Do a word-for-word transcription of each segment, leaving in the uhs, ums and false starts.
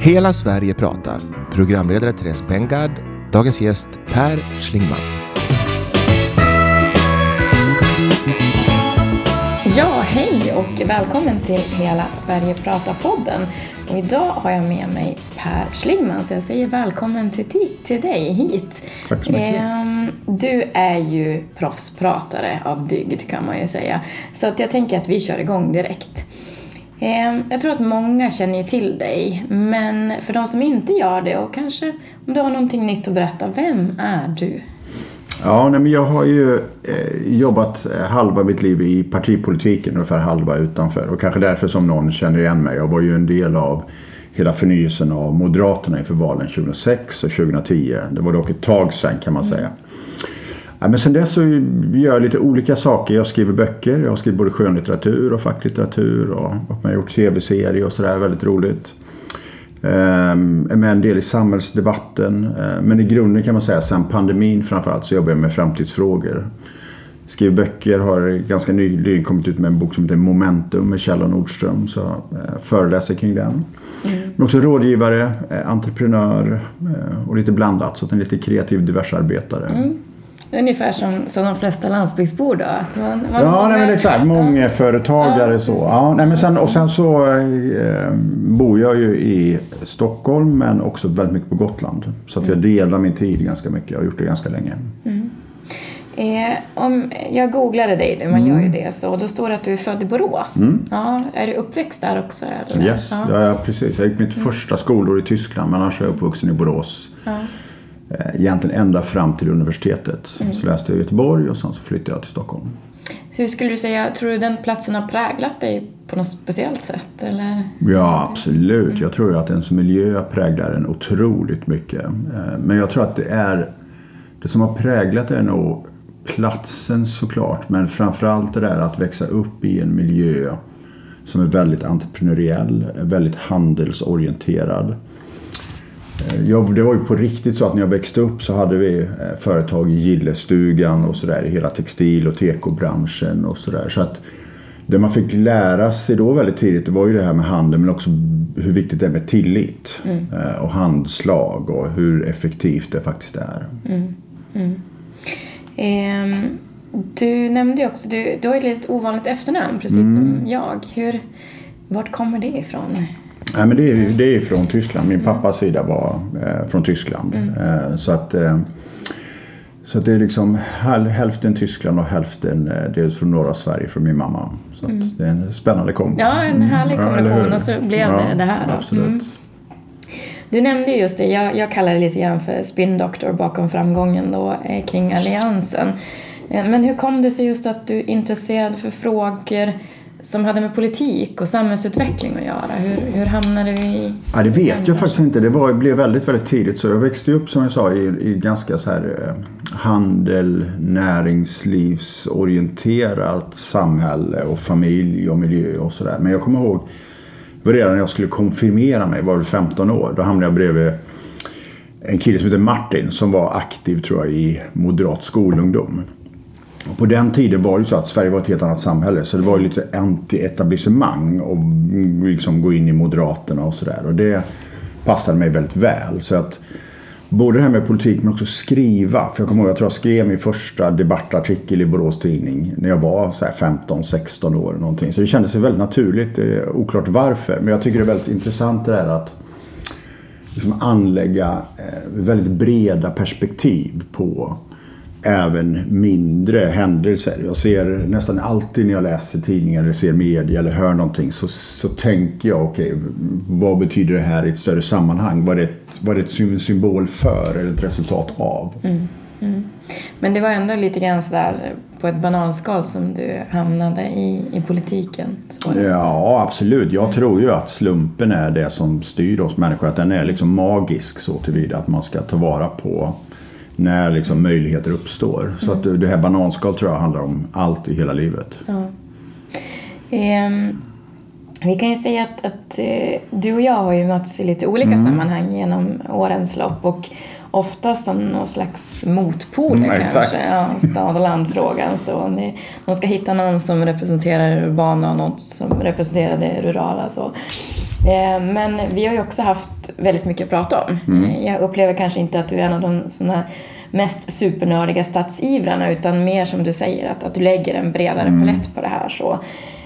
Hela Sverige pratar. Programledare Therese Bengard. Dagens gäst Per Schlingmann. Ja, hej och välkommen till Hela Sverige pratar-podden. Och idag har jag med mig Per Schlingmann, så jag säger välkommen till, till dig hit. Tack så mycket. Eh, du är ju proffspratare av dygd, kan man ju säga. Så att jag tänker att vi kör igång direkt. Eh, jag tror att många känner ju till dig, men för de som inte gör det och kanske om du har någonting nytt att berätta, vem är du? Ja, nej, men jag har ju eh, jobbat halva mitt liv i partipolitiken, ungefär halva utanför. Och kanske därför som någon känner igen mig. Jag var ju en del av hela förnyelsen av Moderaterna inför valen tjugohundrasex och tjugohundratio. Det var dock ett tag sedan, kan man säga. Ja, men sen dess så gör jag lite olika saker. Jag skriver böcker, jag har skrivit både skönlitteratur och facklitteratur. Och, och jag har gjort tv-serier och sådär, väldigt roligt. Ehm, är med en del i samhällsdebatten. Ehm, men i grunden kan man säga, sen pandemin framförallt, så jobbar jag med framtidsfrågor. Skriver böcker, har ganska nyligen kommit ut med en bok som heter Momentum med Kjell Nordström. Så eh, föreläser kring den. Mm. Men också rådgivare, eh, entreprenör eh, och lite blandat. Så att en lite kreativ diversarbetare. Mm. Ungefär som, som de flesta landsbygdsbor då? Att man, man ja, många... nej, men exakt. Många ja. företagare ja. så. Ja, nej, men sen, och sen så eh, bor jag ju i Stockholm, men också väldigt mycket på Gotland. Så att jag delar min tid ganska mycket. Jag har gjort det ganska länge. Mm. Eh, om jag googlade dig, man mm. gör ju det, så, och då står det att du är född i Borås. Mm. Ja, är du uppväxt där också? Eller? Yes, ja. Ja, precis. Jag gick mitt mm. första skolår i Tyskland, men annars är jag uppvuxen i Borås. Ja. Egentligen ända fram till universitetet. Mm. Så läste jag i Göteborg och sen så flyttade jag till Stockholm. Så hur skulle du säga, tror du den platsen har präglat dig på något speciellt sätt? Eller? Ja, absolut. Mm. Jag tror att ens miljö präglar en otroligt mycket. Men jag tror att det är det som har präglat är nog platsen såklart. Men framförallt det där att växa upp i en miljö som är väldigt entreprenöriell, väldigt handelsorienterad. Jag, det var ju på riktigt så att när jag växte upp så hade vi företag i Gillestugan och sådär, i hela textil- och tekobranschen och sådär. Så att det man fick lära sig då väldigt tidigt, det var ju det här med handel, men också hur viktigt det är med tillit mm. och handslag och hur effektivt det faktiskt är. Mm. Mm. Eh, du nämnde ju också, du, du har ett lite ovanligt efternamn, precis mm. som jag. Hur, vart kommer det ifrån? Nej, men det är, det är från Tyskland. Min pappas sida var eh, från Tyskland. Mm. Eh, så att, eh, så att det är liksom hälften Tyskland och hälften eh, dels från norra Sverige från min mamma. Så att mm. det är en spännande kombo. Ja, en härlig kombination ja, och så blev ja, det det här då. Absolut. Mm. Du nämnde just det, jag, jag kallar det lite grann för spin-doktor bakom framgången då, eh, kring alliansen. Eh, men hur kom det sig just att du är intresserad för frågor som hade med politik och samhällsutveckling att göra? Hur, hur hamnade du i... Ja, det vet jag faktiskt inte. Det var, blev väldigt, väldigt tidigt. Så jag växte upp, som jag sa, i, i ganska så här eh, handel, näringslivsorienterat samhälle och familj och miljö och sådär. Men jag kommer ihåg, redan när jag skulle konfirmera mig, var det femton år, då hamnade jag bredvid en kille som heter Martin som var aktiv, tror jag, i moderat skolungdom. Och på den tiden var det så att Sverige var ett helt annat samhälle. Så det var lite anti-etablissemang och liksom gå in i Moderaterna och sådär. Och det passade mig väldigt väl. Så att både det här med politik men också skriva. För jag kommer ihåg, jag tror jag skrev min första debattartikel i Borås tidning när jag var så här femton sexton år. Någonting. Så det kändes väldigt naturligt. Det är oklart varför. Men jag tycker det är väldigt intressant det där att liksom anlägga väldigt breda perspektiv på även mindre händelser. Jag ser nästan alltid när jag läser tidningar eller ser media eller hör någonting så, så tänker jag, okej, okay, vad betyder det här i ett större sammanhang? Vad är det, vad är det ett symbol för eller ett resultat av? Mm, mm. Men det var ändå lite grann sådär på ett bananskal som du hamnade i, i politiken. Ja, absolut. Jag mm. tror ju att slumpen är det som styr oss människor. Att den är liksom magisk så tillvida att man ska ta vara på när liksom möjligheter uppstår. Så att det här bananskal tror jag handlar om allt i hela livet. Ja. Um, vi kan ju säga att, att uh, du och jag har ju mötts i lite olika mm. sammanhang genom årens lopp och ofta som någon slags motpoler mm, kanske. Ja, stad- och landfrågan. Så ni, de ska hitta någon som representerar det urbana och någon som representerar det rurala. Så. Men vi har ju också haft väldigt mycket att prata om. Mm. Jag upplever kanske inte att du är en av de såna mest supernördiga stadsivrarna, utan mer som du säger att, att du lägger en bredare mm. palett på det här. Så.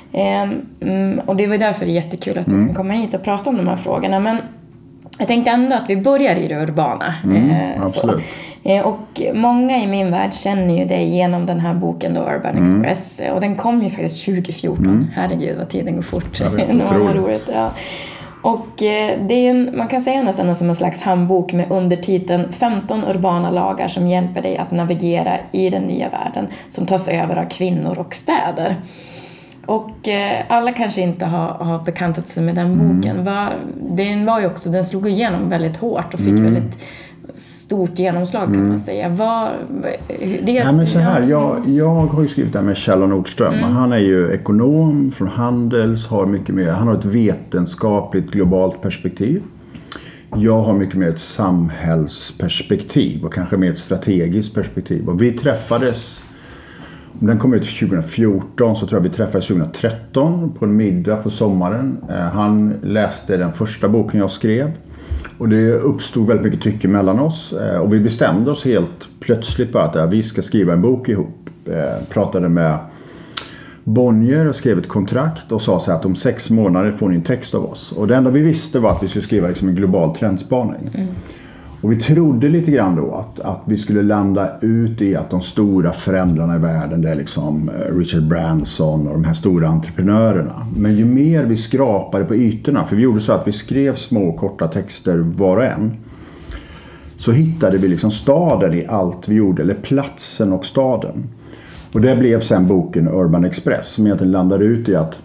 Um, och det var därför det är jättekul att du mm. kan komma hit och prata om de här frågorna. Men jag tänkte ändå att vi börjar i det urbana. Mm, eh, absolut. Eh, och många i min värld känner ju dig genom den här boken då, Urban mm. Express. Och den kom ju faktiskt tjugo fjorton. Mm. Herregud vad tiden går fort. Ja, det är roligt. Ja. Och eh, det är en, man kan säga nästan som en slags handbok med undertiteln femton urbana lagar som hjälper dig att navigera i den nya världen som tas över av kvinnor och städer. Och eh, alla kanske inte har, har bekantat sig med den boken. Mm. Va, den var ju också, den slog igenom väldigt hårt och fick mm. väldigt stort genomslag kan mm. man säga. Var, det är, ja, men så här, jag, jag har ju skrivit det här med Kjell Nordström. Mm. Han är ju ekonom från Handels, har mycket mer, han har ett vetenskapligt globalt perspektiv. Jag har mycket mer ett samhällsperspektiv och kanske mer ett strategiskt perspektiv. Och vi träffades, den kom ut tjugo fjorton, så tror jag vi träffades tjugo tretton på en middag på sommaren. Han läste den första boken jag skrev. Och det uppstod väldigt mycket tycke mellan oss. Och vi bestämde oss helt plötsligt bara att ja, vi ska skriva en bok ihop. Eh, pratade med Bonnier och skrev ett kontrakt och sa så att om sex månader får ni en text av oss. Och det enda vi visste var att vi skulle skriva liksom en global trendspaning. Mm. Och vi trodde lite grann då att, att vi skulle landa ut i att de stora förändrarna i världen, det är liksom Richard Branson och de här stora entreprenörerna. Men ju mer vi skrapade på ytorna, för vi gjorde så att vi skrev små korta texter var och en, så hittade vi liksom staden i allt vi gjorde, eller platsen och staden. Och det blev sen boken Urban Express som egentligen landade ut i att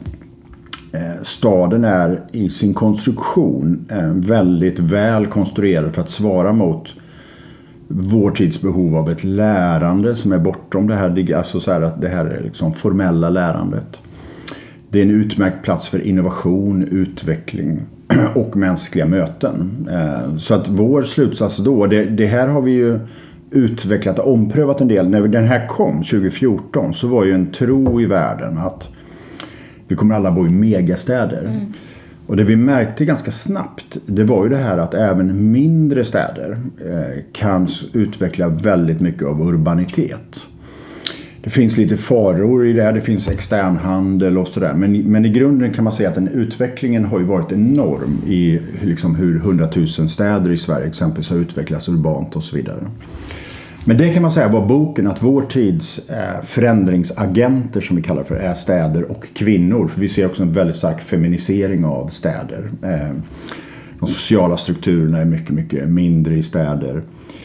staden är i sin konstruktion väldigt väl konstruerad för att svara mot vår tids behov av ett lärande som är bortom det här, alltså så här att det här är liksom formella lärandet. Det är en utmärkt plats för innovation, utveckling och mänskliga möten. Så att vår slutsats då, det, det här har vi ju utvecklat och omprövat en del. När den här kom tjugo fjorton så var ju en tro i världen att vi kommer alla bo i megastäder. Mm. Och det vi märkte ganska snabbt, det var ju det här att även mindre städer eh, kan utveckla väldigt mycket av urbanitet. Det finns lite faror i det här, det finns externhandel och sådär. Men, men i grunden kan man säga att den utvecklingen har ju varit enorm i liksom hur hundratusen städer i Sverige exempelvis har utvecklats urbant och så vidare. Men det kan man säga var boken att vår tids eh, förändringsagenter som vi kallar för är städer och kvinnor. För vi ser också en väldigt stark feminisering av städer. Eh, de sociala strukturerna är mycket, mycket mindre i städer.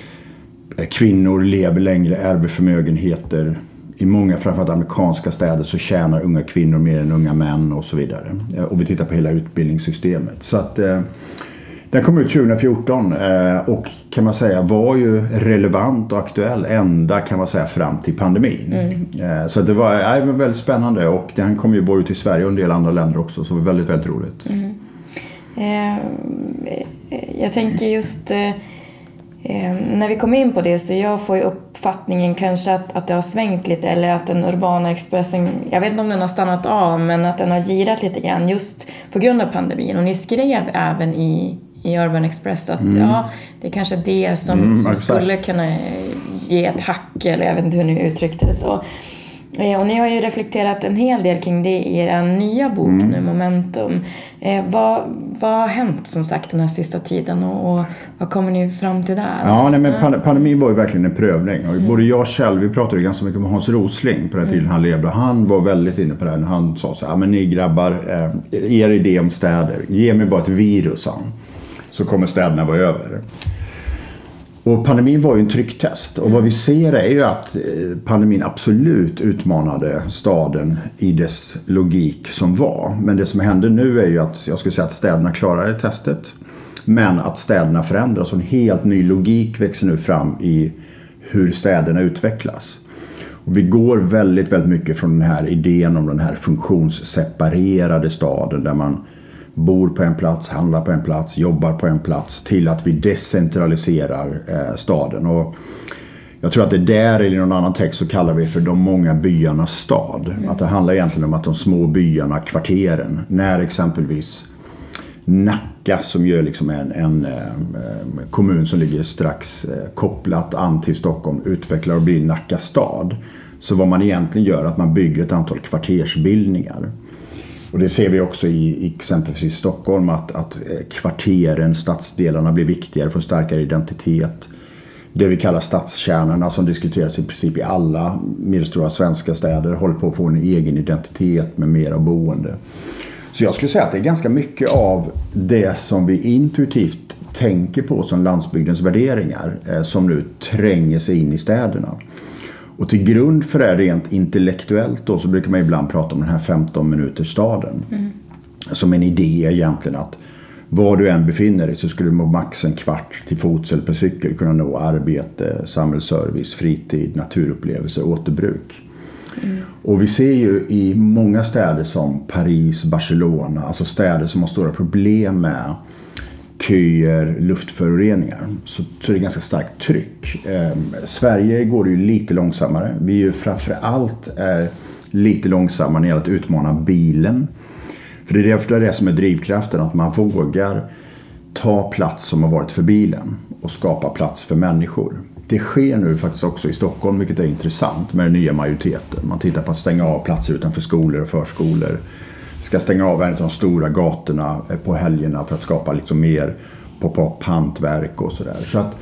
Eh, kvinnor lever längre, ärver förmögenheter. I många, framförallt amerikanska städer, så tjänar unga kvinnor mer än unga män och så vidare. Eh, och vi tittar på hela utbildningssystemet. Så att... Eh, Den kom ut tjugo fjorton och kan man säga var ju relevant och aktuell ända kan man säga fram till pandemin. Mm. Så det var, ja, det var väldigt spännande och den kom ju både till Sverige och en del andra länder också, så det var väldigt, väldigt roligt. Mm. Eh, jag tänker just eh, när vi kom in på det, så jag får ju uppfattningen kanske att, att det har svängt lite, eller att den urbana expressen, jag vet inte om den har stannat av, men att den har girat lite grann just på grund av pandemin. Och ni skrev även i i Urban Express att mm. ja, det är kanske det som, mm, som skulle kunna ge ett hack, eller jag vet inte hur ni uttryckte det så. Och ni har ju reflekterat en hel del kring det i er nya bok mm. nu, Momentum. Eh, vad, vad har hänt som sagt den här sista tiden och, och vad kommer ni fram till där? Ja, nej, men pandemin var ju verkligen en prövning. Och både jag själv, vi pratade ganska mycket med Hans Rosling på den tiden mm. han levde. Han var väldigt inne på det här. Han sa så här, men ni grabbar, eh, er idé om städer, ge mig bara ett virus, han. Så kommer städerna vara över. Och pandemin var ju en trycktest. Och vad vi ser är ju att pandemin absolut utmanade staden i dess logik som var. Men det som händer nu är ju att jag skulle säga att städerna klarade testet. Men att städerna förändras och en helt ny logik växer nu fram i hur städerna utvecklas. Och vi går väldigt, väldigt mycket från den här idén om den här funktionsseparerade staden där man bor på en plats, handlar på en plats, jobbar på en plats, till att vi decentraliserar eh, staden. Och jag tror att det där, eller i någon annan text så kallar vi för de många byarnas stad. Mm. Att det handlar egentligen om att de små byarna, kvarteren, när exempelvis Nacka som gör liksom en, en eh, kommun som ligger strax eh, kopplat an till Stockholm utvecklar och blir Nacka stad. Så vad man egentligen gör är att man bygger ett antal kvartersbildningar. Och det ser vi också i, i exempelvis i Stockholm att, att kvarteren, stadsdelarna blir viktigare för starkare identitet. Det vi kallar stadskärnorna som diskuteras i princip i alla medelstora svenska städer håller på att få en egen identitet med mera boende. Så jag skulle säga att det är ganska mycket av det som vi intuitivt tänker på som landsbygdens värderingar eh, som nu tränger sig in i städerna. Och till grund för det rent intellektuellt då, så brukar man ibland prata om den här femton minuters staden. Mm. Som en idé egentligen att var du än befinner dig så skulle du med max en kvart till fots eller på cykel kunna nå arbete, samhällsservice, fritid, naturupplevelse, återbruk. Mm. Och vi ser ju i många städer som Paris, Barcelona, alltså städer som har stora problem med köer, luftföroreningar, så, så är det ganska starkt tryck. Eh, Sverige går det ju lite långsammare. Vi är ju framförallt eh, lite långsammare när det gäller att utmana bilen. För det är därför det som är drivkraften, att man vågar ta plats som har varit för bilen och skapa plats för människor. Det sker nu faktiskt också i Stockholm, vilket är intressant med den nya majoriteten. Man tittar på att stänga av platser utanför skolor och förskolor. Ska stänga av en av de stora gatorna på helgerna för att skapa liksom mer pop-up hantverk och sådär. Så att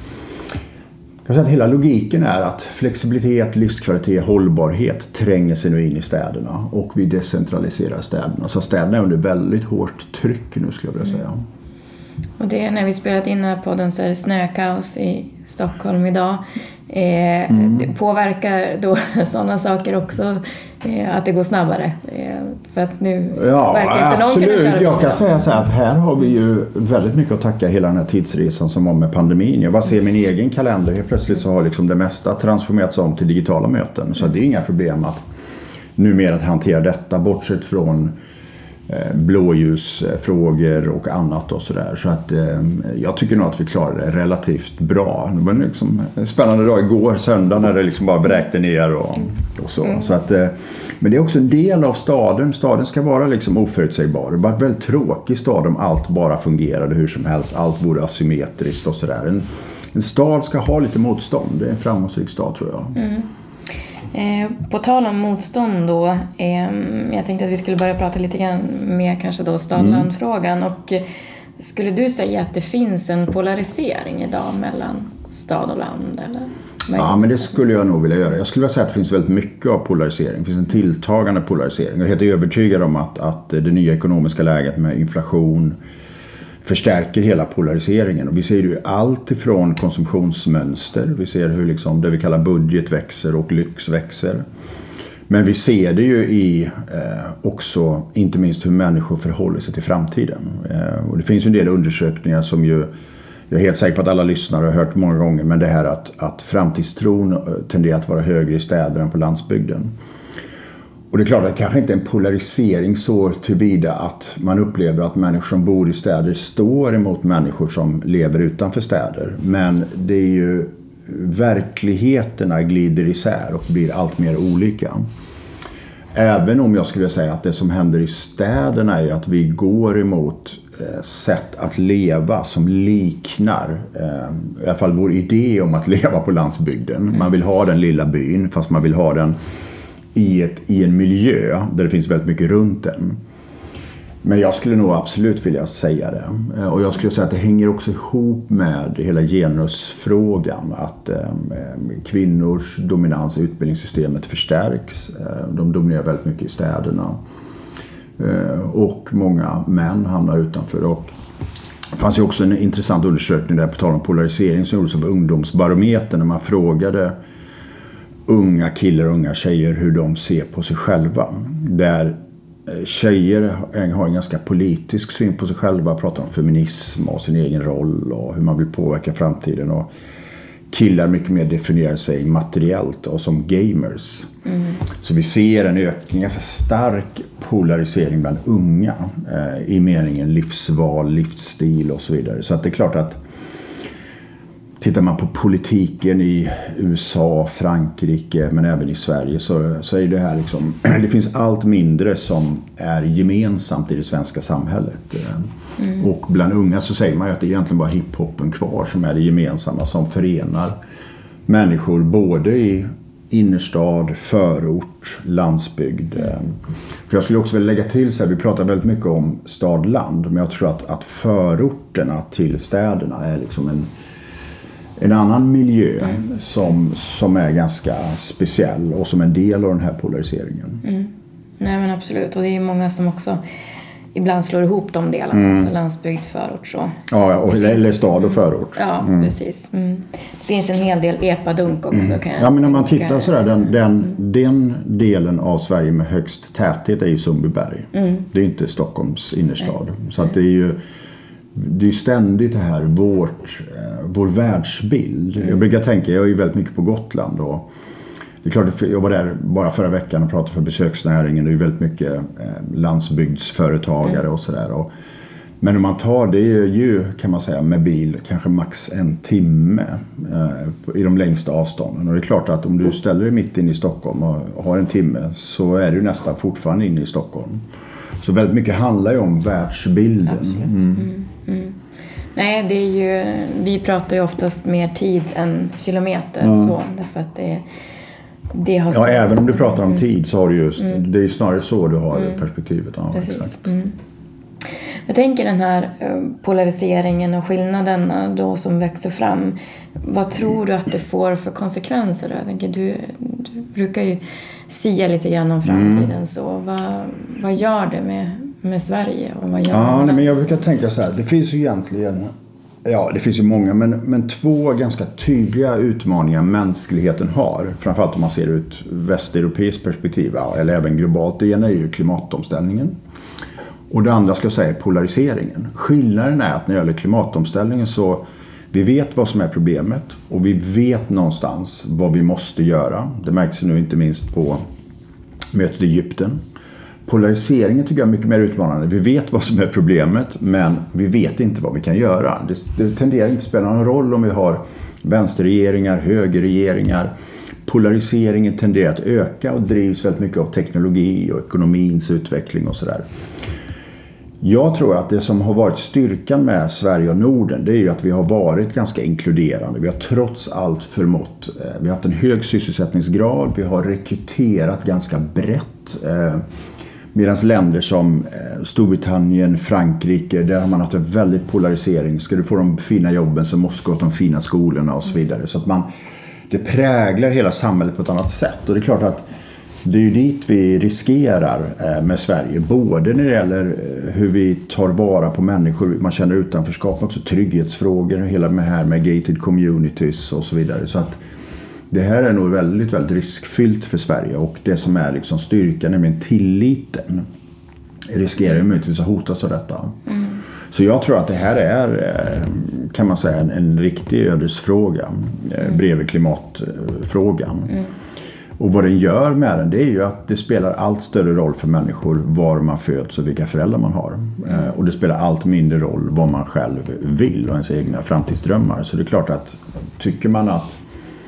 jag säger att hela logiken är att flexibilitet, livskvalitet, hållbarhet tränger sig nu in i städerna och vi decentraliserar städerna. Så städerna är under väldigt hårt tryck nu, skulle jag vilja säga. Mm. Och det är när vi spelat in den här podden så är det snökaos i Stockholm idag. Eh, mm. Det påverkar då sådana saker också, eh, att det går snabbare. Eh, för att nu ja, verkar inte någon absolut. kunna köra. Jag kan säga så här att här har vi ju väldigt mycket att tacka hela den här tidsresan som var med pandemin. Jag bara ser min egen kalender. Helt plötsligt så har liksom det mesta transformerats om till digitala möten. Så det är inga problem att numera att hantera detta, bortsett från blåljusfrågor och annat och sådär. Så att eh, jag tycker nog att vi klarade det relativt bra. Det var liksom en spännande dag igår, söndag, när det liksom bara bräkte ner och, och så. Mm. Så att, eh, men det är också en del av staden. Staden ska vara liksom oförutsägbar. Det var en väldigt tråkig stad om allt bara fungerade hur som helst. Allt vore asymmetriskt och sådär. En, en stad ska ha lite motstånd. Det är en framgångsrik stad, tror jag. Mm. Eh, på tal om motstånd då, eh, jag tänkte att vi skulle börja prata lite grann mer kanske då stad-land-frågan. Mm. Och eh, skulle du säga att det finns en polarisering idag mellan stad och land? Eller? Ja, men det skulle jag nog vilja göra. Jag skulle vilja säga att det finns väldigt mycket av polarisering. Det finns en tilltagande polarisering. Jag är helt övertygad om att, att det nya ekonomiska läget med inflation förstärker hela polariseringen. Och vi ser ju allt ifrån konsumtionsmönster. Vi ser hur liksom det vi kallar budget växer och lyx växer. Men vi ser det ju i eh, också inte minst hur människor förhåller sig till framtiden. Eh, och det finns ju en del undersökningar som ju, jag är helt säker på att alla lyssnare har hört många gånger, men det här att, att framtidstron tenderar att vara högre i städer än på landsbygden. Och det är klart att det kanske inte är en polarisering så tillvida att man upplever att människor som bor i städer står emot människor som lever utanför städer. Men det är ju verkligheterna glider isär och blir allt mer olika. Även om jag skulle säga att det som händer i städerna är att vi går emot eh, sätt att leva som liknar eh, i alla fall vår idé om att leva på landsbygden. Man vill ha den lilla byn fast man vill ha den I, ett, i en miljö där det finns väldigt mycket runt den. Men jag skulle nog absolut vilja säga det. Och jag skulle säga att det hänger också ihop med hela genusfrågan. Att eh, kvinnors dominans i utbildningssystemet förstärks. Eh, de dominerar väldigt mycket i städerna. Eh, och många män hamnar utanför. Och det fanns ju också en intressant undersökning där på tal om polarisering som gjordes av Ungdomsbarometern när man frågade unga killar och unga tjejer hur de ser på sig själva. Där tjejer har en ganska politisk syn på sig själva, pratar om feminism och sin egen roll och hur man vill påverka framtiden. Och killar mycket mer definierar sig materiellt och som gamers. Mm. Så vi ser en ökning, ganska stark polarisering bland unga eh, i meningen livsval, livsstil och så vidare. Så att det är klart att tittar man på politiken i U S A, Frankrike men även i Sverige så, så är det här liksom, det finns allt mindre som är gemensamt i det svenska samhället. Mm. Och bland unga så säger man ju att det är egentligen bara hiphopen kvar som är det gemensamma som förenar människor både i innerstad, förort, landsbygd. För jag skulle också vilja lägga till så här, vi pratar väldigt mycket om stad-land, men jag tror att, att förorterna till städerna är liksom en, en annan miljö mm. som, som är ganska speciell och som en del av den här polariseringen. Mm. Nej men absolut, och det är många som också ibland slår ihop de delarna, mm. alltså landsbygd, förort så. Ja, och, eller finns, stad och förort. Ja, mm. precis. Mm. Det finns en hel del epadunk också mm. kan jag Ja, men när man säga. tittar sådär, den, den, mm. den delen av Sverige med högst täthet är ju Sundbyberg. Mm. Det är inte Stockholms innerstad. Nej. Så att det är ju det är ständigt det här, vårt, eh, vår världsbild. Mm. Jag brukar tänka, jag är ju väldigt mycket på Gotland och det är klart, jag var där bara förra veckan och pratade för besöksnäringen. Det är ju väldigt mycket eh, landsbygdsföretagare mm. och sådär. Men om man tar det är ju, kan man säga, med bil kanske max en timme eh, i de längsta avstånden. Och det är klart att om du ställer dig mitt in i Stockholm och har en timme så är du nästan fortfarande inne i Stockholm. Så väldigt mycket handlar ju om världsbilden. Absolut. Mm. Mm. Mm. Nej, det är ju, vi pratar ju oftast mer tid än kilometer. Mm. Så, därför att det Det har ja, även om du pratar om tid så har du just, mm. det är snarare så du har mm. perspektivet. Ja, precis. Exakt. Mm. Jag tänker den här polariseringen och skillnaderna då som växer fram. Vad tror du att det får för konsekvenser? Jag tänker, du, du brukar ju sia lite grann om framtiden. Mm. Så vad, vad gör det med, med Sverige? Och vad gör ja, nej, men jag brukar tänka så här. Det finns ju egentligen... Ja, det finns ju många, men, men två ganska tydliga utmaningar mänskligheten har. Framförallt om man ser ut västeuropeiskt perspektiv, eller även globalt. Det ena är ju klimatomställningen. Och det andra ska jag säga är polariseringen. Skillnaden är att när det gäller klimatomställningen så vi vet vad som är problemet. Och vi vet någonstans vad vi måste göra. Det märks nu inte minst på mötet i Egypten. Polariseringen tycker jag är mycket mer utmanande. Vi vet vad som är problemet, men vi vet inte vad vi kan göra. Det, det tenderar inte att spela någon roll om vi har vänsterregeringar, högerregeringar. Polariseringen tenderar att öka och drivs väldigt mycket av teknologi och ekonomins utveckling och sådär. Jag tror att det som har varit styrkan med Sverige och Norden, det är ju att vi har varit ganska inkluderande. Vi har trots allt förmått, vi har haft en hög sysselsättningsgrad, vi har rekryterat ganska brett. Medan länder som Storbritannien, Frankrike, där har man haft en väldigt polarisering. Ska du få de fina jobben så måste du gå till de fina skolorna och så vidare. Så att man, det präglar hela samhället på ett annat sätt. Och det är klart att det är ju dit vi riskerar med Sverige. Både när det gäller hur vi tar vara på människor, man känner utanförskap, också trygghetsfrågor, hela det här med gated communities och så vidare. Så att det här är nog väldigt, väldigt riskfyllt för Sverige, och det som är liksom styrkan, nämligen tilliten, riskerar ju möjligtvis att hotas av detta. Mm. Så jag tror att det här är, kan man säga, en, en riktig ödesfråga mm. bredvid klimatfrågan. Mm. Och vad den gör med den, det är ju att det spelar allt större roll för människor var man föds och vilka föräldrar man har. Mm. Och det spelar allt mindre roll vad man själv vill och ens egna framtidsdrömmar. Så det är klart att tycker man att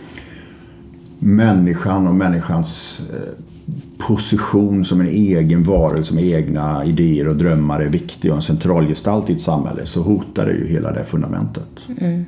människan och människans position som en egen varelse med egna idéer och drömmar är viktig och en centralgestalt i ett samhälle, så hotar det ju hela det fundamentet. Mm.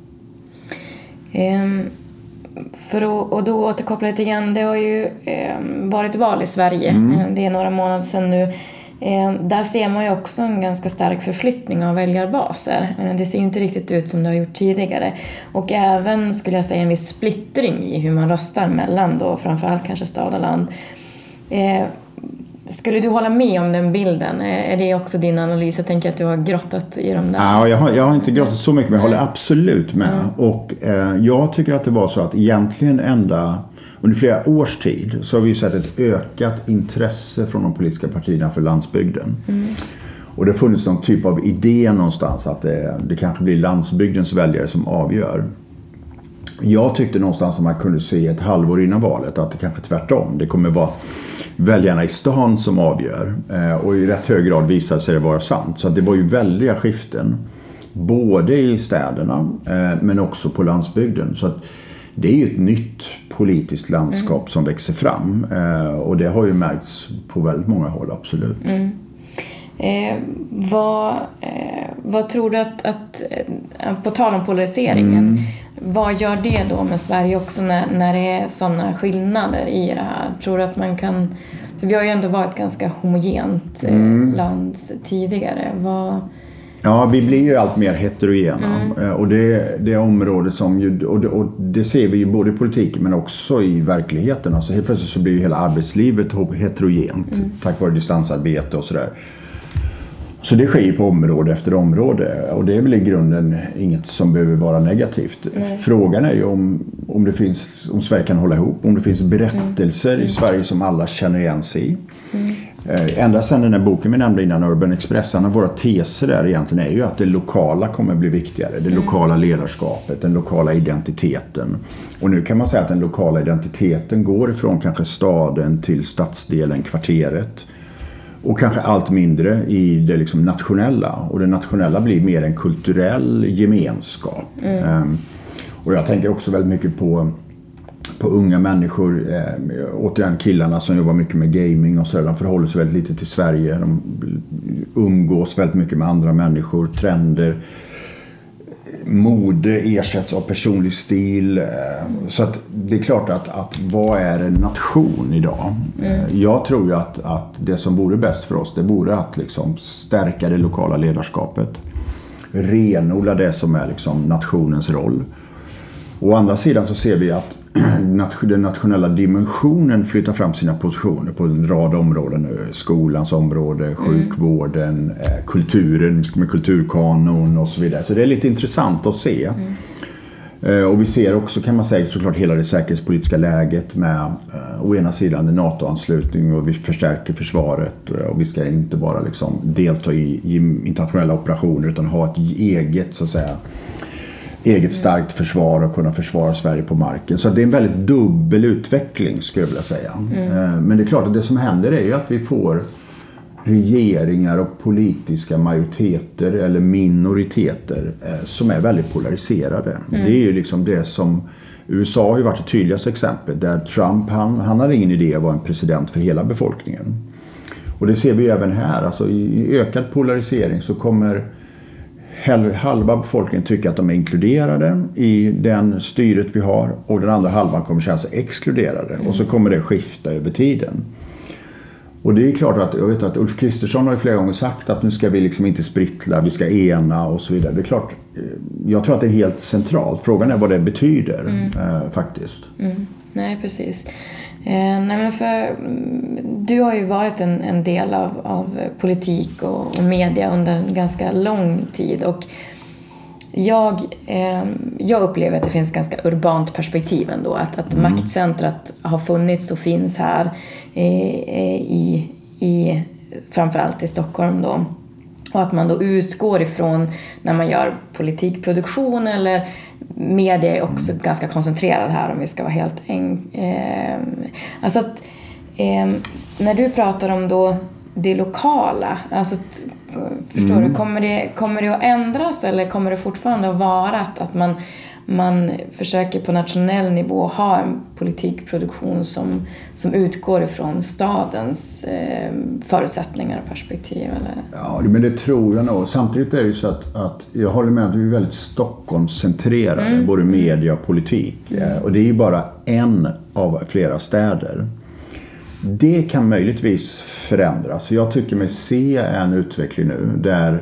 Um, för att, och då återkoppla lite grann, det har ju um, varit val i Sverige. Mm. Det är några månader sedan nu. Um, där ser man ju också en ganska stark förflyttning av väljarbaser. Um, det ser ju inte riktigt ut som det har gjort tidigare. Och även, skulle jag säga, en viss splittring i hur man röstar mellan då, framförallt kanske stad och land. Um, Skulle du hålla med om den bilden? Är det också din analys? Jag tänker att du har grottat i de där. Ja, jag har, jag har inte grottat så mycket, men jag håller absolut med. Mm. Och eh, jag tycker att det var så att egentligen ända under flera års tid så har vi sett ett ökat intresse från de politiska partierna för landsbygden. Mm. Och det har funnits någon typ av idé någonstans att det, det kanske blir landsbygdens väljare som avgör. Jag tyckte någonstans att man kunde se ett halvår innan valet att det kanske tvärtom. Det kommer vara väljarna i stan som avgör, och i rätt hög grad visade sig det vara sant. Så att det var ju väldiga skiften både i städerna eh, men också på landsbygden. Så att det är ju ett nytt politiskt landskap mm. som växer fram eh, och det har ju märkts på väldigt många håll, absolut. Mm. Eh, vad, eh, vad tror du att, att eh, på tal om polariseringen, mm. vad gör det då med Sverige också när, när det är sådana skillnader i det här? Tror du att man kan, för vi har ju ändå varit ett ganska homogent eh, mm. land tidigare. Vad... Ja, vi blir ju allt mer heterogena mm. och det, det är området som ju, och det, och det ser vi ju både i politiken men också i verkligheten. Alltså helt plötsligt så blir ju hela arbetslivet heterogent mm. tack vare distansarbete och sådär. Så det sker på område efter område och det är väl i grunden inget som behöver vara negativt. Mm. Frågan är ju om, om, det finns, om Sverige kan hålla ihop, om det finns berättelser mm. i Sverige som alla känner igen sig i. Mm. Eh, ända sedan den här boken vi nämnde innan, Urban Express, en av våra teser där egentligen är ju att det lokala kommer bli viktigare. Det mm. lokala ledarskapet, den lokala identiteten. Och nu kan man säga att den lokala identiteten går ifrån kanske staden till stadsdelen, kvarteret. Och kanske allt mindre i det liksom nationella. Och det nationella blir mer en kulturell gemenskap. Mm. Um, och jag tänker också väldigt mycket på, på unga människor. Um, återigen killarna som jobbar mycket med gaming och så. De förhåller sig väldigt lite till Sverige. De umgås väldigt mycket med andra människor, trender. Mode ersätts av personlig stil. Så att det är klart att, att vad är en nation idag? Mm. Jag tror ju att, att det som vore bäst för oss, det vore att liksom stärka det lokala ledarskapet. Renodla det som är liksom nationens roll. Å andra sidan så ser vi att den nationella dimensionen flyttar fram sina positioner på en rad områden nu. Skolans område, sjukvården, mm. kulturen med kulturkanon och så vidare. Så det är lite intressant att se. Mm. Och vi ser också, kan man säga, såklart hela det säkerhetspolitiska läget med å ena sidan en NATO-anslutning och vi förstärker försvaret och vi ska inte bara liksom delta i, i internationella operationer utan ha ett eget, så att säga, eget starkt försvar och kunna försvara Sverige på marken. Så det är en väldigt dubbel utveckling, skulle jag vilja säga. Mm. Men det är klart att det som händer är ju att vi får regeringar och politiska majoriteter eller minoriteter som är väldigt polariserade. Mm. Det är ju liksom det som U S A har ju varit det tydligaste exemplet där Trump, han, han har ingen idé att vara en president för hela befolkningen. Och det ser vi även här. Alltså i ökad polarisering så kommer halva befolkningen tycker att de är inkluderade i den styret vi har och den andra halvan kommer känna sig exkluderade mm. och så kommer det skifta över tiden. Och det är klart att, jag vet att Ulf Kristersson har ju flera gånger sagt att nu ska vi liksom inte sprittla, vi ska ena och så vidare. Det är klart, jag tror att det är helt centralt. Frågan är vad det betyder mm. eh, faktiskt. Mm. Nej, precis. Eh, nej men för du har ju varit en, en del av, av politik och, och media under en ganska lång tid och jag, eh, jag upplever att det finns ganska urbant perspektiv ändå, att, att mm. maktcentrat har funnits och finns här eh, i, i framförallt i Stockholm då. Och att man då utgår ifrån när man gör politikproduktion eller media är också mm. ganska koncentrerad här om vi ska vara helt en, eh, alltså att eh, när du pratar om då det lokala, alltså t- förstår mm. du, kommer det, kommer det att ändras eller kommer det fortfarande att vara att, att man, man försöker på nationell nivå ha en politikproduktion som, som utgår ifrån stadens eh, förutsättningar och perspektiv? Eller? Ja, men det tror jag nog. Samtidigt är det ju så att, att jag håller med att vi är väldigt Stockholmscentrerade, mm. både media och politik. Mm. Och det är ju bara en av flera städer. Det kan möjligtvis förändras. Jag tycker mig se en utveckling nu där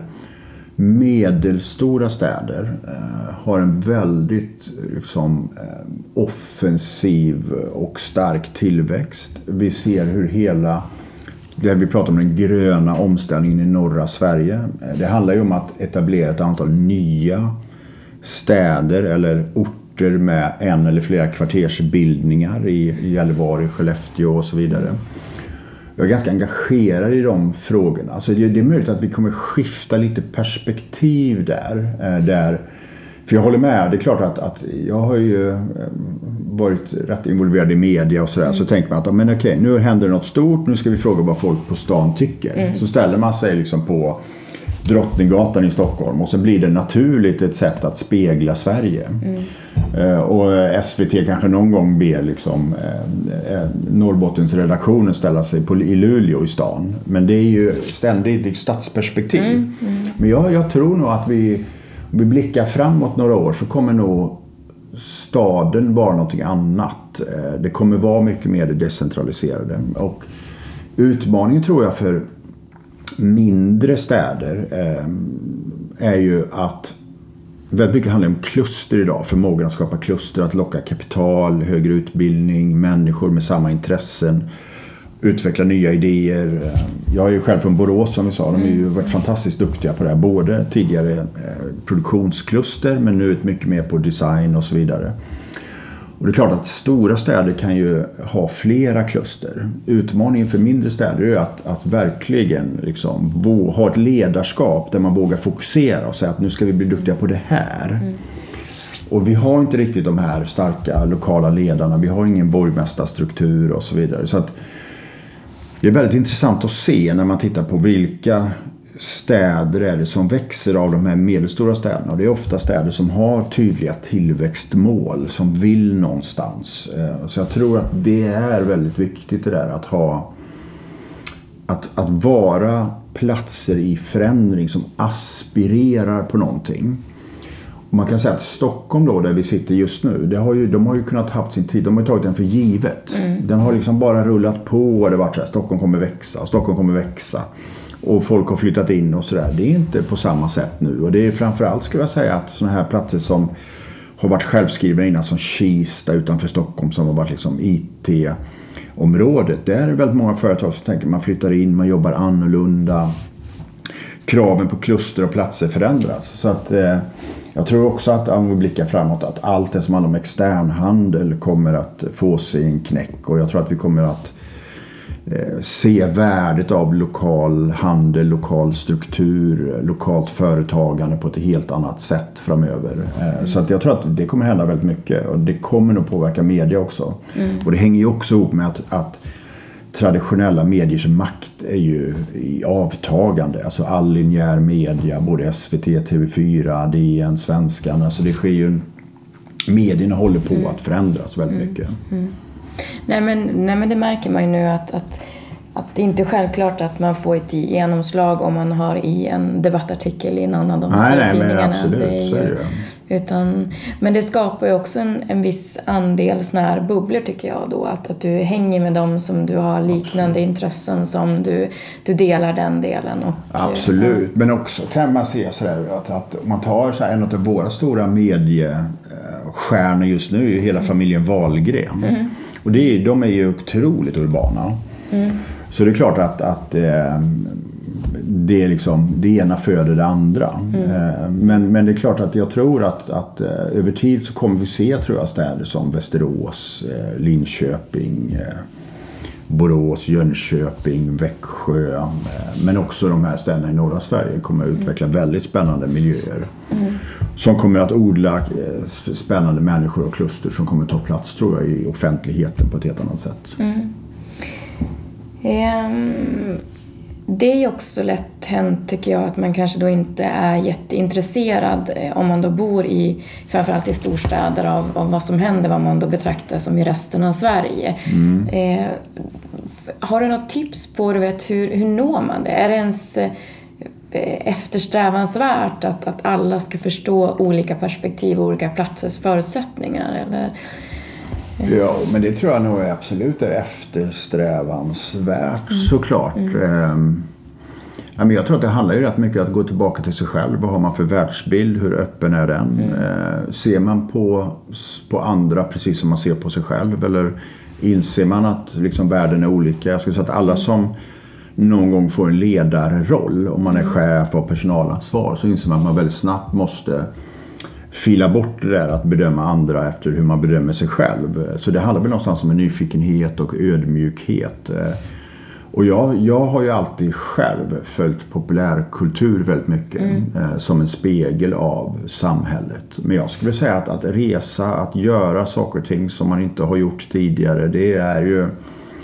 medelstora städer eh, har en väldigt liksom, eh, offensiv och stark tillväxt. Vi ser hur hela, där vi pratar om den gröna omställningen i norra Sverige. Eh, det handlar ju om att etablera ett antal nya städer eller orter med en eller flera kvartersbildningar i Gällivare, Skellefteå och så vidare. Jag är ganska engagerad i de frågorna. Alltså det är möjligt att vi kommer skifta lite perspektiv där. där för jag håller med, det är klart att, att jag har ju varit rätt involverad i media och sådär. Mm. Så tänker man att men okej, nu händer det något stort, nu ska vi fråga vad folk på stan tycker. Mm. Så ställer man sig liksom på Drottninggatan i Stockholm och så blir det naturligt ett sätt att spegla Sverige. Mm. Uh, och S V T kanske någon gång ber liksom, uh, uh, Norrbottens redaktionen ställa sig på, i Luleå i stan. Men det är ju ständigt i stadsperspektiv. Mm. Mm. Men jag, jag tror nog att vi, vi blickar framåt några år så kommer nog staden vara någonting annat. Uh, det kommer vara mycket mer decentraliserade. Och utmaningen tror jag för mindre städer uh, är ju att väldigt mycket handlar om kluster idag, förmågan att skapa kluster, att locka kapital, högre utbildning, människor med samma intressen, utveckla nya idéer. Jag är ju själv från Borås som vi sa, de har ju varit fantastiskt duktiga på det här, både tidigare produktionskluster men nu ett mycket mer på design och så vidare. Och det är klart att stora städer kan ju ha flera kluster. Utmaningen för mindre städer är att, att verkligen liksom ha ett ledarskap där man vågar fokusera och säga att nu ska vi bli duktiga på det här. Mm. Och vi har inte riktigt de här starka lokala ledarna. Vi har ingen borgmästarstruktur och så vidare. Så att det är väldigt intressant att se när man tittar på vilka städer är det som växer av de här medelstora städerna. Och det är ofta städer som har tydliga tillväxtmål, som vill någonstans. Så jag tror att det är väldigt viktigt det där att ha att, att vara platser i förändring som aspirerar på någonting. Och man kan säga att Stockholm då, där vi sitter just nu, det har ju, de har ju kunnat haft sin tid, de har ju tagit den för givet. Mm. Den har liksom bara rullat på och det varit så här, Stockholm kommer växa och Stockholm kommer växa. Och folk har flyttat in och sådär. Det är inte på samma sätt nu. Och det är framförallt, skulle jag säga, att sådana här platser som har varit självskrivna innan, som Kista utanför Stockholm, som har varit liksom I T-området. Där är det väldigt många företag som tänker man flyttar in, man jobbar annorlunda. Kraven på kluster och platser förändras. Så att eh, jag tror också att om vi blickar framåt att allt det som handlar om externhandel kommer att få sin knäck. Och jag tror att vi kommer att se värdet av lokal handel, lokal struktur, lokalt företagande på ett helt annat sätt framöver. Mm. Så att jag tror att det kommer hända väldigt mycket och det kommer nog påverka media också. Mm. Och det hänger ju också ihop med att, att traditionella mediers makt är ju i avtagande. Alltså all linjär media, både S V T, T V fyra, D N, Svenskan. Alltså det sker ju, medierna håller på mm. att förändras väldigt mm. mycket. Mm. Nej men, nej men det märker man ju nu att, att, att det inte är självklart att man får ett genomslag om man har i en debattartikel i en annan av de större tidningarna. Absolut, det är ju, så är det. Utan, men det skapar ju också en, en viss andel såna här bubblor tycker jag då. Att, att du hänger med dem som du har liknande absolut. Intressen som du, du delar den delen. Och, absolut, ja. Men också kan man se sådär att, att om man tar så här, en av våra stora mediestjärnor just nu är ju hela familjen Wahlgren. Mm. Och det är, de är ju otroligt urbana. Mm. Så det är klart att, att eh, det är liksom det ena föder det andra. Mm. Eh, men, men det är klart att jag tror att, att eh, över tid så kommer vi se, tror jag, städer som Västerås, eh, Linköping, eh, Borås, Jönköping, Växjö. Eh, men också de här städerna i norra Sverige kommer att utveckla mm. väldigt spännande miljöer. Mm. Som kommer att odla eh, spännande människor och kluster som kommer att ta plats, tror jag, i offentligheten på ett helt annat sätt. Mm. Um, det är ju också lätt hänt, tycker jag, att man kanske då inte är jätteintresserad eh, om man då bor i, framförallt i storstäder, av, av vad som händer, vad man då betraktar som i resten av Sverige. Mm. Eh, har du något tips på, du vet, hur, hur når man det? Är det ens eh, eftersträvansvärt att, att alla ska förstå olika perspektiv och olika platsers förutsättningar, eller? Ja, men det tror jag nog är absolut är eftersträvansvärt, mm. såklart. Mm. Ja, men jag tror att det handlar ju rätt mycket om att gå tillbaka till sig själv. Vad har man för världsbild? Hur öppen är den? Mm. Ser man på, på andra precis som man ser på sig själv? Eller inser man att liksom världen är olika? Jag skulle säga att alla som någon gång får en ledarroll, om man är chef och personalansvar, så inser man att man väldigt snabbt måste fila bort det där att bedöma andra efter hur man bedömer sig själv. Så det handlar väl någonstans om en nyfikenhet och ödmjukhet. Och jag, jag har ju alltid själv följt populärkultur väldigt mycket mm. eh, som en spegel av samhället. Men jag skulle säga att, att resa, att göra saker och ting som man inte har gjort tidigare, det är ju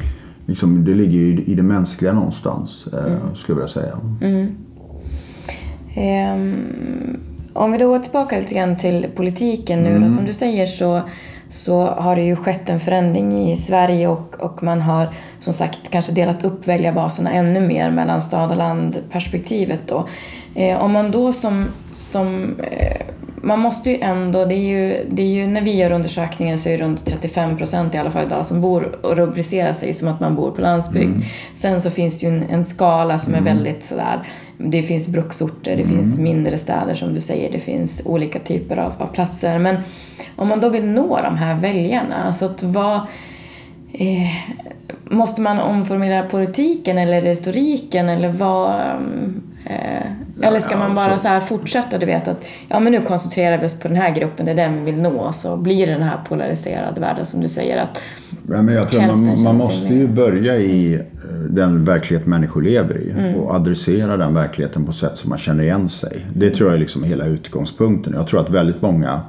liksom, det ligger ju i, i det mänskliga någonstans, eh, mm. skulle jag säga. Mm. Um, om vi då går tillbaka lite grann till politiken nu mm. då, som du säger så, så har det ju skett en förändring i Sverige och, och man har som sagt kanske delat upp väljarbaserna ännu mer mellan stad och land perspektivet då. Eh, om man då som, som eh, man måste ju ändå, det är ju, det är ju när vi gör undersökningar så är det runt trettiofem procent i alla fall idag som bor och rubricerar sig som att man bor på landsbygd. Mm. Sen så finns det ju en, en skala som mm. är väldigt sådär, det finns bruksorter, det mm. finns mindre städer som du säger, det finns olika typer av, av platser. Men om man då vill nå de här väljarna, så att vad, eh, måste man omformulera politiken eller retoriken eller vad... Eh, eller ska man bara så här fortsätta, du vet att ja men nu koncentrerar vi oss på den här gruppen, det är den vi vill nå, så blir det den här polariserade världen som du säger att ja, men jag tror man, man måste ju börja i den verklighet människor lever i mm. och adressera den verkligheten på sätt som man känner igen sig. Det tror jag är liksom hela utgångspunkten. Jag tror att väldigt många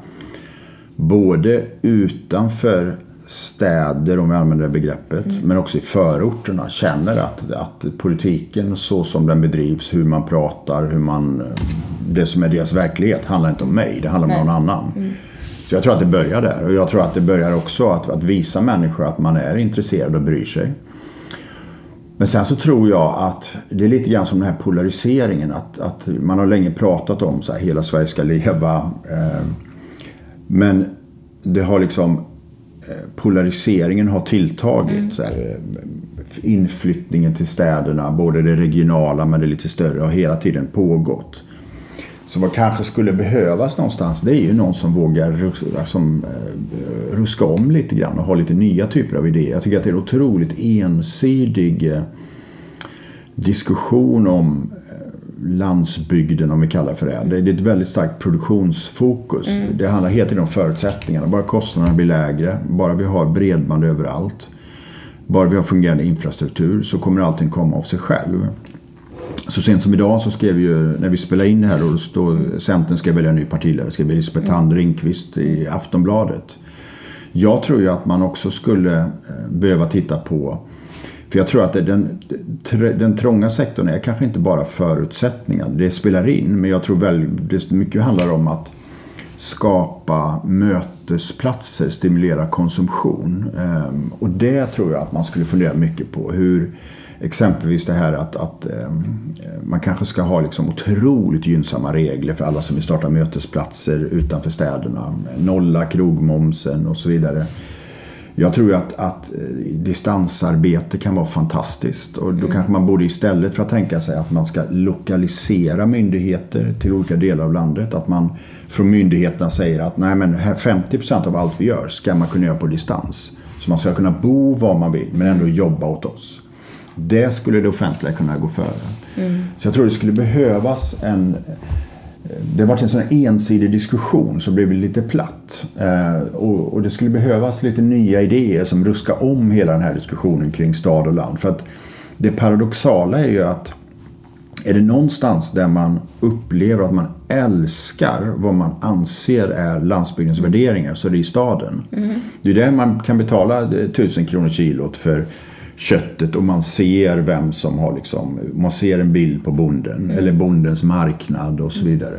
både utanför städer, om vi använder det begreppet, mm. men också i förorterna känner att, att politiken så som den bedrivs, hur man pratar, hur man, det som är deras verklighet handlar inte om mig, det handlar om Nej. någon annan. Mm. Så jag tror att det börjar där, och jag tror att det börjar också att, att visa människor att man är intresserad och bryr sig. Men sen så tror jag att det är lite grann som den här polariseringen, att, att man har länge pratat om så här, hela Sverige ska leva, eh, men det har liksom polariseringen har tilltagit. Mm. Så här, inflyttningen till städerna, både det regionala men det lite större, har hela tiden pågått. Så vad kanske skulle behövas någonstans, det är ju någon som vågar som, uh, ruska om lite grann och ha lite nya typer av idéer. Jag tycker att det är en otroligt ensidig uh, diskussion om landsbygden, om vi kallar för det. Det är ett väldigt starkt produktionsfokus. Mm. Det handlar helt enkelt om förutsättningarna. Bara kostnaderna blir lägre, bara vi har bredband överallt, bara vi har fungerande infrastruktur, så kommer allting komma av sig själv. Så sent som idag så skrev ju, när vi spelar in det här, då står Centern ska välja en ny partiledare, skrev Elisabeth mm. Thand Ringqvist i Aftonbladet. Jag tror ju att man också skulle behöva titta på, för jag tror att den, den trånga sektorn är kanske inte bara förutsättningar. Det spelar in, men jag tror väl det mycket handlar om att skapa mötesplatser, stimulera konsumtion. Och det tror jag att man skulle fundera mycket på. Hur exempelvis det här att, att man kanske ska ha liksom otroligt gynnsamma regler för alla som vill starta mötesplatser utanför städerna. Nolla krogmomsen och så vidare. Jag tror att, att distansarbete kan vara fantastiskt, och då mm. kanske man borde, istället för att tänka sig att man ska lokalisera myndigheter till olika delar av landet, att man från myndigheterna säger att nej, men här femtio procent av allt vi gör ska man kunna göra på distans. Så man ska kunna bo var man vill men ändå jobba åt oss. Det skulle det offentliga kunna gå före. Mm. Så jag tror det skulle behövas en... Det har varit en sån här ensidig diskussion, så blev det lite platt. Eh, och, och det skulle behövas lite nya idéer som ruskar om hela den här diskussionen kring stad och land. För att det paradoxala är ju att är det någonstans där man upplever att man älskar vad man anser är landsbygdens värderingar, så är det i staden. Mm. Det är där man kan betala tusen kronor kilot för köttet, och man ser vem som har liksom, man ser en bild på bonden mm. eller bondens marknad och så vidare.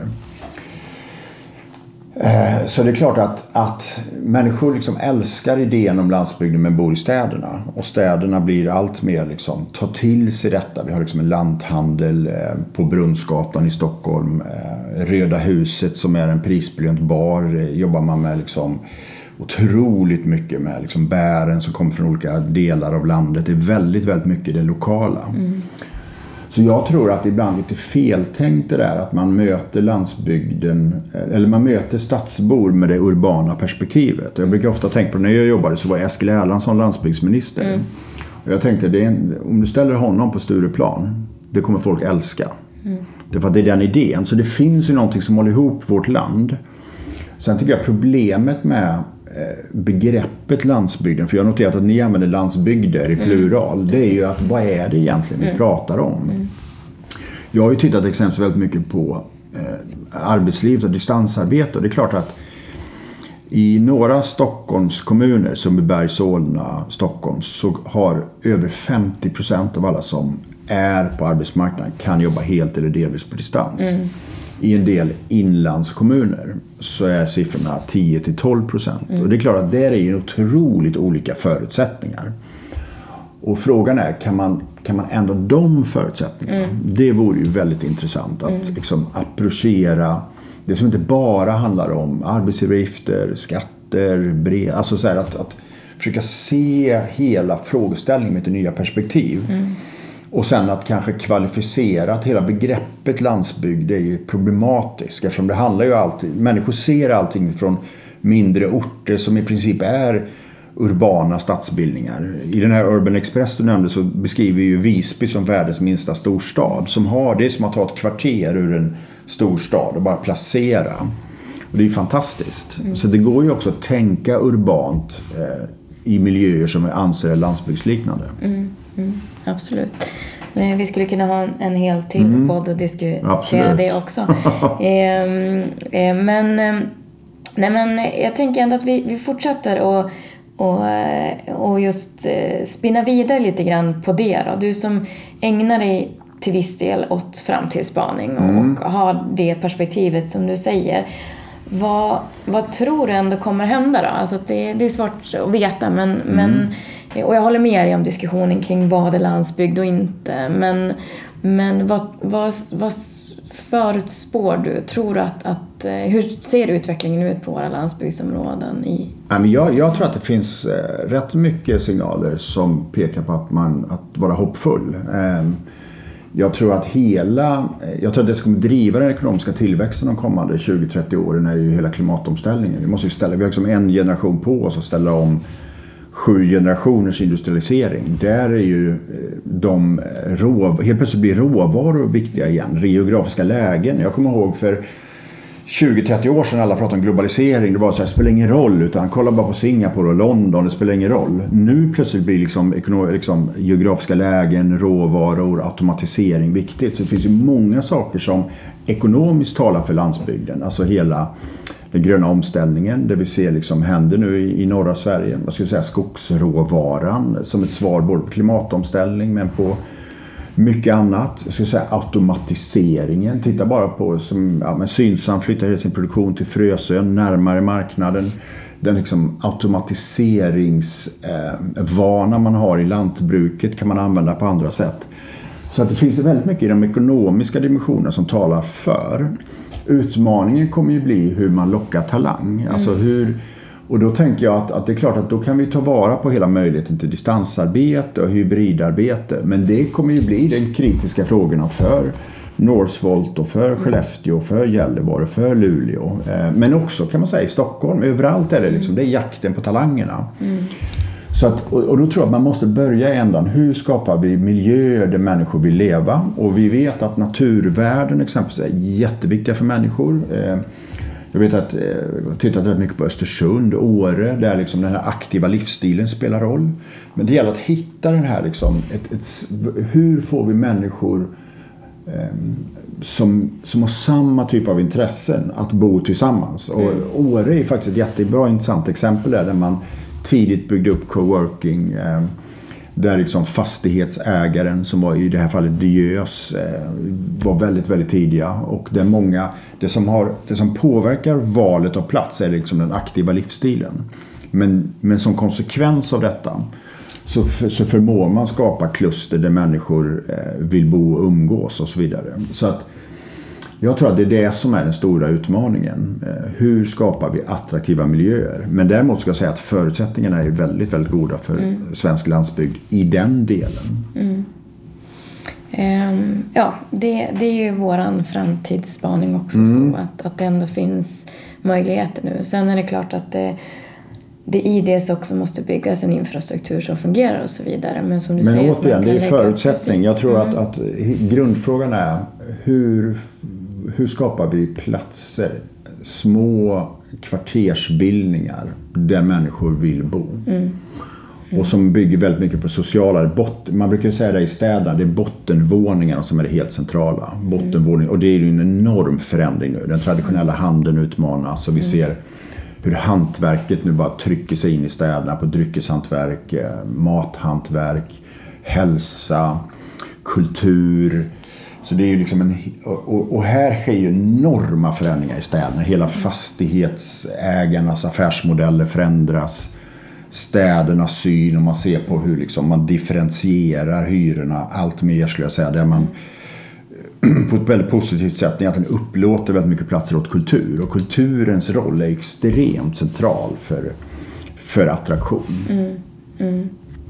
Eh, så det är klart att, att människor liksom älskar idén om landsbygden men bor i städerna, och städerna blir allt mer liksom, tar till sig detta. Vi har liksom en lanthandel eh, på Brunnsgatan i Stockholm, eh, Röda huset som är en prisbelönt bar, eh, jobbar man med liksom otroligt mycket med liksom bären som kommer från olika delar av landet. Det är väldigt, väldigt mycket det lokala. Mm. Så jag tror att det ibland är lite feltänkt det där att man möter landsbygden, eller man möter stadsbor med det urbana perspektivet. Jag brukar ofta tänka på, när jag jobbade så var Eskil Erlandsson landsbygdsminister. Mm. Och jag tänkte, det är en, om du ställer honom på Stureplan, det kommer folk älska. Mm. Det är för att det är den idén. Så det finns ju någonting som håller ihop vårt land. Sen tycker jag problemet med begreppet landsbygden, för jag har noterat att ni använder landsbygder i plural, mm, det är ju att vad är det egentligen mm. vi pratar om? Mm. Jag har ju tittat exempelvis väldigt mycket på eh, arbetsliv och distansarbete, och det är klart att i några Stockholms kommuner, som i Berg, Solna, Stockholm, så har över femtio procent av alla som är på arbetsmarknaden kan jobba helt eller delvis på distans. Mm. I en del inlandskommuner så är siffrorna tio till tolv procent. Mm. Och det är klart att det är ju otroligt olika förutsättningar. Och frågan är, kan man, kan man ändra de förutsättningarna? Mm. Det vore ju väldigt intressant att mm. liksom approchera det som inte bara handlar om arbetsgivaravgifter, skatter, brev. Alltså så här att, att försöka se hela frågeställningen med ett nya perspektiv. Mm. Och sen att kanske kvalificera att hela begreppet landsbygd är ju problematiskt. Eftersom det handlar ju alltid, människor ser allting från mindre orter som i princip är urbana stadsbildningar. I den här Urban Express du nämnde så beskriver ju Visby som världens minsta storstad. Som har, det är som att ta ett kvarter ur en storstad och bara placera. Och det är ju fantastiskt. Mm. Så det går ju också att tänka urbant eh, i miljöer som är anser landsbygdsliknande. Mm. Mm, absolut. Men vi skulle kunna ha en, en hel till mm. podd och diskutera absolut. Det också. eh, eh, men, eh, nej, men jag tänker ändå att vi, vi fortsätter och, och, och just eh, spinna vidare lite grann på det då. Du som ägnar dig till viss del åt framtidsspaning mm. och har det perspektivet som du säger. Vad, vad tror du ändå kommer hända då? Alltså det, det är svårt att veta men, mm. men och jag håller med dig om diskussionen kring vad är landsbygd och inte. Men, men vad, vad, vad förutspår du? Tror du att, att, hur ser utvecklingen ut på våra landsbygdsområden? I... jag, jag tror att det finns rätt mycket signaler som pekar på att, man, att vara hoppfull. Jag tror att hela, jag tror att det som kommer driva den ekonomiska tillväxten de kommande tjugo till trettio åren är ju hela klimatomställningen. Vi måste ju ställa, vi har liksom en generation på oss att ställa om sju generationers industrialisering. Där är ju de rå, helt plötsligt blir råvaror viktiga igen. Geografiska lägen. Jag kommer ihåg för tjugo till trettio år sedan alla pratade om globalisering. Det var så här, det spelar ingen roll utan kolla bara på Singapore och London, det spelar ingen roll. Nu plötsligt blir liksom, liksom geografiska lägen, råvaror, automatisering viktigt. Så det finns ju många saker som ekonomiskt talar för landsbygden. Alltså hela den gröna omställningen, det vi ser liksom händer nu i, i norra Sverige. Jag skulle säga skogsråvaran som ett svar både på klimatomställning men på mycket annat. Jag skulle säga automatiseringen. Titta bara på som ja, men Synsam flyttar hela sin produktion till Frösön närmare marknaden. Den liksom automatiseringsvana eh, man har i lantbruket kan man använda på andra sätt. Så att det finns väldigt mycket i de ekonomiska dimensionerna som talar för. Utmaningen kommer ju bli hur man lockar talang. Mm. Alltså hur, och då tänker jag att, att det är klart att då kan vi ta vara på hela möjligheten till distansarbete och hybridarbete. Men det kommer ju bli den kritiska frågorna för Northvolt och för Skellefteå, för Gällivare, för Luleå. Men också kan man säga i Stockholm. Överallt är det liksom, det är jakten på talangerna. Mm. Så att, och då tror jag att man måste börja i ändan. Hur skapar vi miljöer där människor vill leva? Och vi vet att naturvärden exempelvis är jätteviktiga för människor. Jag vet att jag har tittat rätt mycket på Östersund, Åre, där liksom den här aktiva livsstilen spelar roll. Men det gäller att hitta den här liksom, ett, ett, hur får vi människor eh, som, som har samma typ av intressen att bo tillsammans. Och mm. Åre är faktiskt ett jättebra intressant exempel där, där man tidigt byggde upp coworking eh, där liksom fastighetsägaren som var i det här fallet Diös eh, var väldigt väldigt tidiga och det många det som har det som påverkar valet av plats är liksom den aktiva livsstilen. Men men som konsekvens av detta så för, så förmår man skapa kluster där människor eh, vill bo och umgås och så vidare. Så att jag tror att det är det som är den stora utmaningen. Hur skapar vi attraktiva miljöer? Men däremot ska jag säga att förutsättningarna är väldigt, väldigt goda för mm. svensk landsbygd i den delen. Mm. Um, ja, det, det är ju våran framtidsspaning också. Mm. Så att, att det ändå finns möjligheter nu. Sen är det klart att det, det i det också måste byggas en infrastruktur som fungerar och så vidare. Men som du Men säger, återigen, det är förutsättning. Jag tror mm. att, att grundfrågan är hur... Hur skapar vi platser, små kvartersbildningar där människor vill bo? Mm. Mm. Och som bygger väldigt mycket på sociala botten. Man brukar säga det i städerna, det är bottenvåningarna som är det helt centrala. Bottenvåning, och det är ju en enorm förändring nu. Den traditionella handeln utmanas och vi ser hur hantverket nu bara trycker sig in i städerna på dryckeshantverk, mathantverk, hälsa, kultur. Så det är ju liksom en, och, och här sker ju enorma förändringar i städerna. Hela fastighetsägarnas affärsmodeller förändras. Städernas syn, och man ser på hur liksom man differentierar hyrorna allt mer, skulle jag säga. Där man på ett väldigt positivt sätt egentligen upplåter väldigt mycket platser åt kultur. Och kulturens roll är extremt central för, för attraktion. Mm, mm.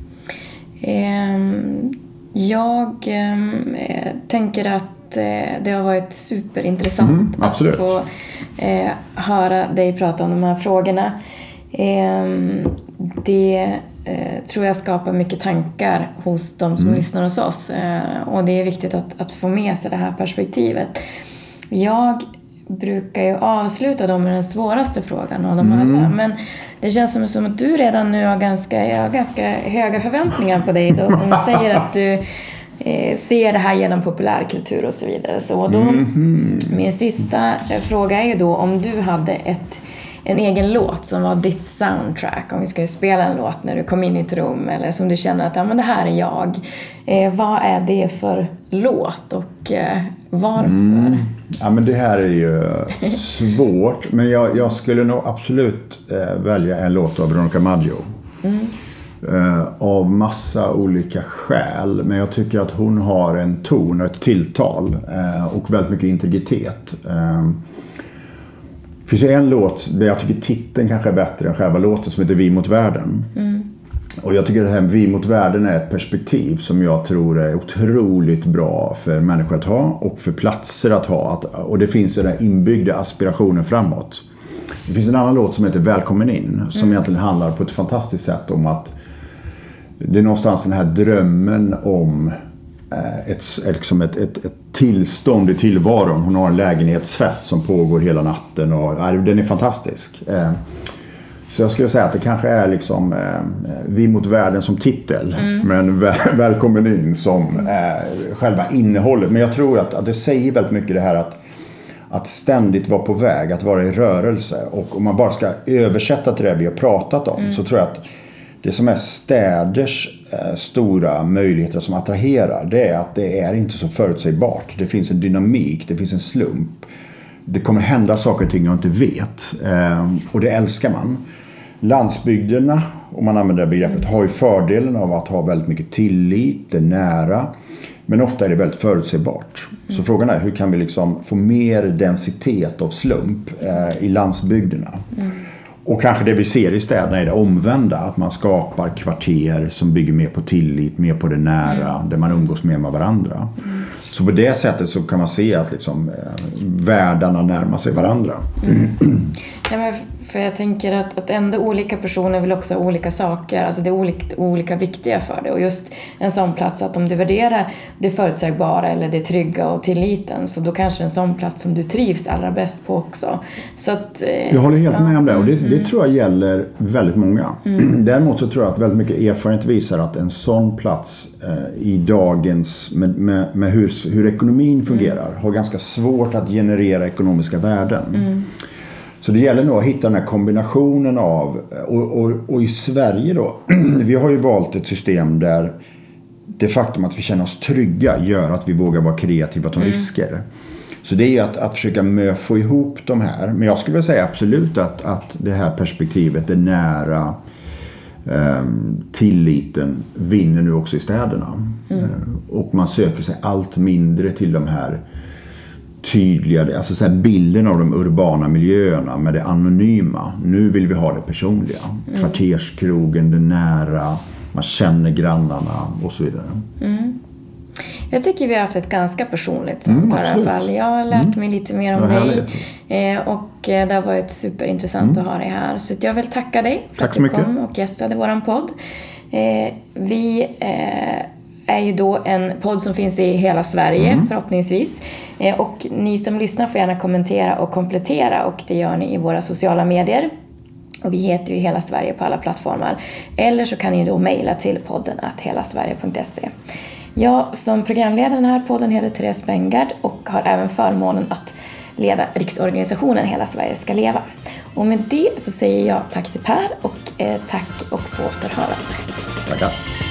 Um, jag um, tänker att uh, det har varit superintressant mm, att få uh, höra dig prata om de här frågorna. Um, det uh, tror jag skapar mycket tankar hos de som mm. lyssnar hos oss. Uh, och det är viktigt att, att få med sig det här perspektivet. Jag brukar ju avsluta dem med den svåraste frågan av de mm. alla. Men det känns som, som att du redan nu har ganska, jag har ganska höga förväntningar på dig då, som säger att du eh, ser det här genom populärkultur och så vidare. Så då, mm. min sista fråga är ju då om du hade ett, en egen låt som var ditt soundtrack, om vi skulle spela en låt när du kom in i ett rum, eller som du känner att ja, men det här är jag. Eh, vad är det för låt och eh, varför? Mm. Ja, men det här är ju svårt, men jag, jag skulle nog absolut eh, välja en låt av Veronica Maggio. Mm. Eh, av massa olika skäl, men jag tycker att hon har en ton och ett tilltal eh, och väldigt mycket integritet. Eh, det finns en låt där jag tycker titeln kanske är bättre än själva låten, som heter Vi mot världen. Mm. Och jag tycker att det här Vi mot världen är ett perspektiv som jag tror är otroligt bra för människor att ha och för platser att ha. Att, och det finns den här inbyggda aspirationen framåt. Det finns en annan låt som heter Välkommen in, som mm. egentligen handlar på ett fantastiskt sätt om att det är någonstans den här drömmen om ett, liksom ett, ett, ett tillstånd i tillvaron. Hon har en lägenhetsfest som pågår hela natten och ja, den är fantastisk. Så jag skulle säga att det kanske är liksom Vi mot världen som titel, mm. men väl, Välkommen in som eh, själva innehållet. Men jag tror att, att det säger väldigt mycket det här att, att ständigt vara på väg, att vara i rörelse. Och om man bara ska översätta till det vi har pratat om, mm. så tror jag att det som är städers eh, stora möjligheter som attraherar, det är att det är inte så förutsägbart. Det finns en dynamik, det finns en slump. Det kommer hända saker och ting jag inte vet. Eh, och det älskar man. Landsbygderna, om man använder det begreppet, har ju fördelen av att ha väldigt mycket tillit, det är nära. Men ofta är det väldigt förutsägbart. Mm. Så frågan är, hur kan vi liksom få mer densitet av slump eh, i landsbygderna? Mm. Och kanske det vi ser i städerna är det omvända. Att man skapar kvarter som bygger mer på tillit, mer på det nära. Mm. Där man umgås mer med varandra. Mm. Så på det sättet så kan man se att liksom, eh, världarna närmar sig varandra. Mm. Ja, men för jag tänker att, att ändå olika personer vill också ha olika saker. Alltså det är olika, olika viktiga för det. Och just en sån plats, att om du värderar det förutsägbara eller det trygga och tilliten, så då kanske en sån plats som du trivs allra bäst på också. Så att, eh, jag håller helt ja. med om det, och det, det mm. tror jag gäller väldigt många. Mm. Däremot så tror jag att väldigt mycket erfarenhet visar att en sån plats eh, i dagens, med, med, med hur, hur ekonomin fungerar, mm. har ganska svårt att generera ekonomiska värden. Mm. Så det gäller nog att hitta den här kombinationen av, och, och, och i Sverige då, vi har ju valt ett system där det faktum att vi känner oss trygga gör att vi vågar vara kreativa och ta mm. risker. Så det är ju att, att försöka mö, få ihop de här. Men jag skulle vilja säga absolut att, att det här perspektivet, det nära um, tilliten, vinner nu också i städerna. Mm. Uh, och man söker sig allt mindre till de här tydligare, alltså så här bilden av de urbana miljöerna med det anonyma. Nu vill vi ha det personliga. Mm. Kvarterskrogen, det nära, man känner grannarna och så vidare. Mm. Jag tycker vi har haft ett ganska personligt samtal mm, i alla fall. Jag har lärt mm. mig lite mer om dig eh, och det har varit superintressant mm. att ha dig här. Så jag vill tacka dig för Tack att så du mycket. kom och gästade våran podd. Eh, vi eh, är ju då en podd som finns i hela Sverige mm. förhoppningsvis. Eh, och ni som lyssnar får gärna kommentera och komplettera, och det gör ni i våra sociala medier. Och vi heter ju Hela Sverige på alla plattformar. Eller så kan ni då mejla till podden at helasverige punkt se. Jag som programledare den här podden heter Therese Bengard och har även förmånen att leda riksorganisationen Hela Sverige ska leva. Och med det så säger jag tack till Per och eh, tack och på återhörande. Tackar.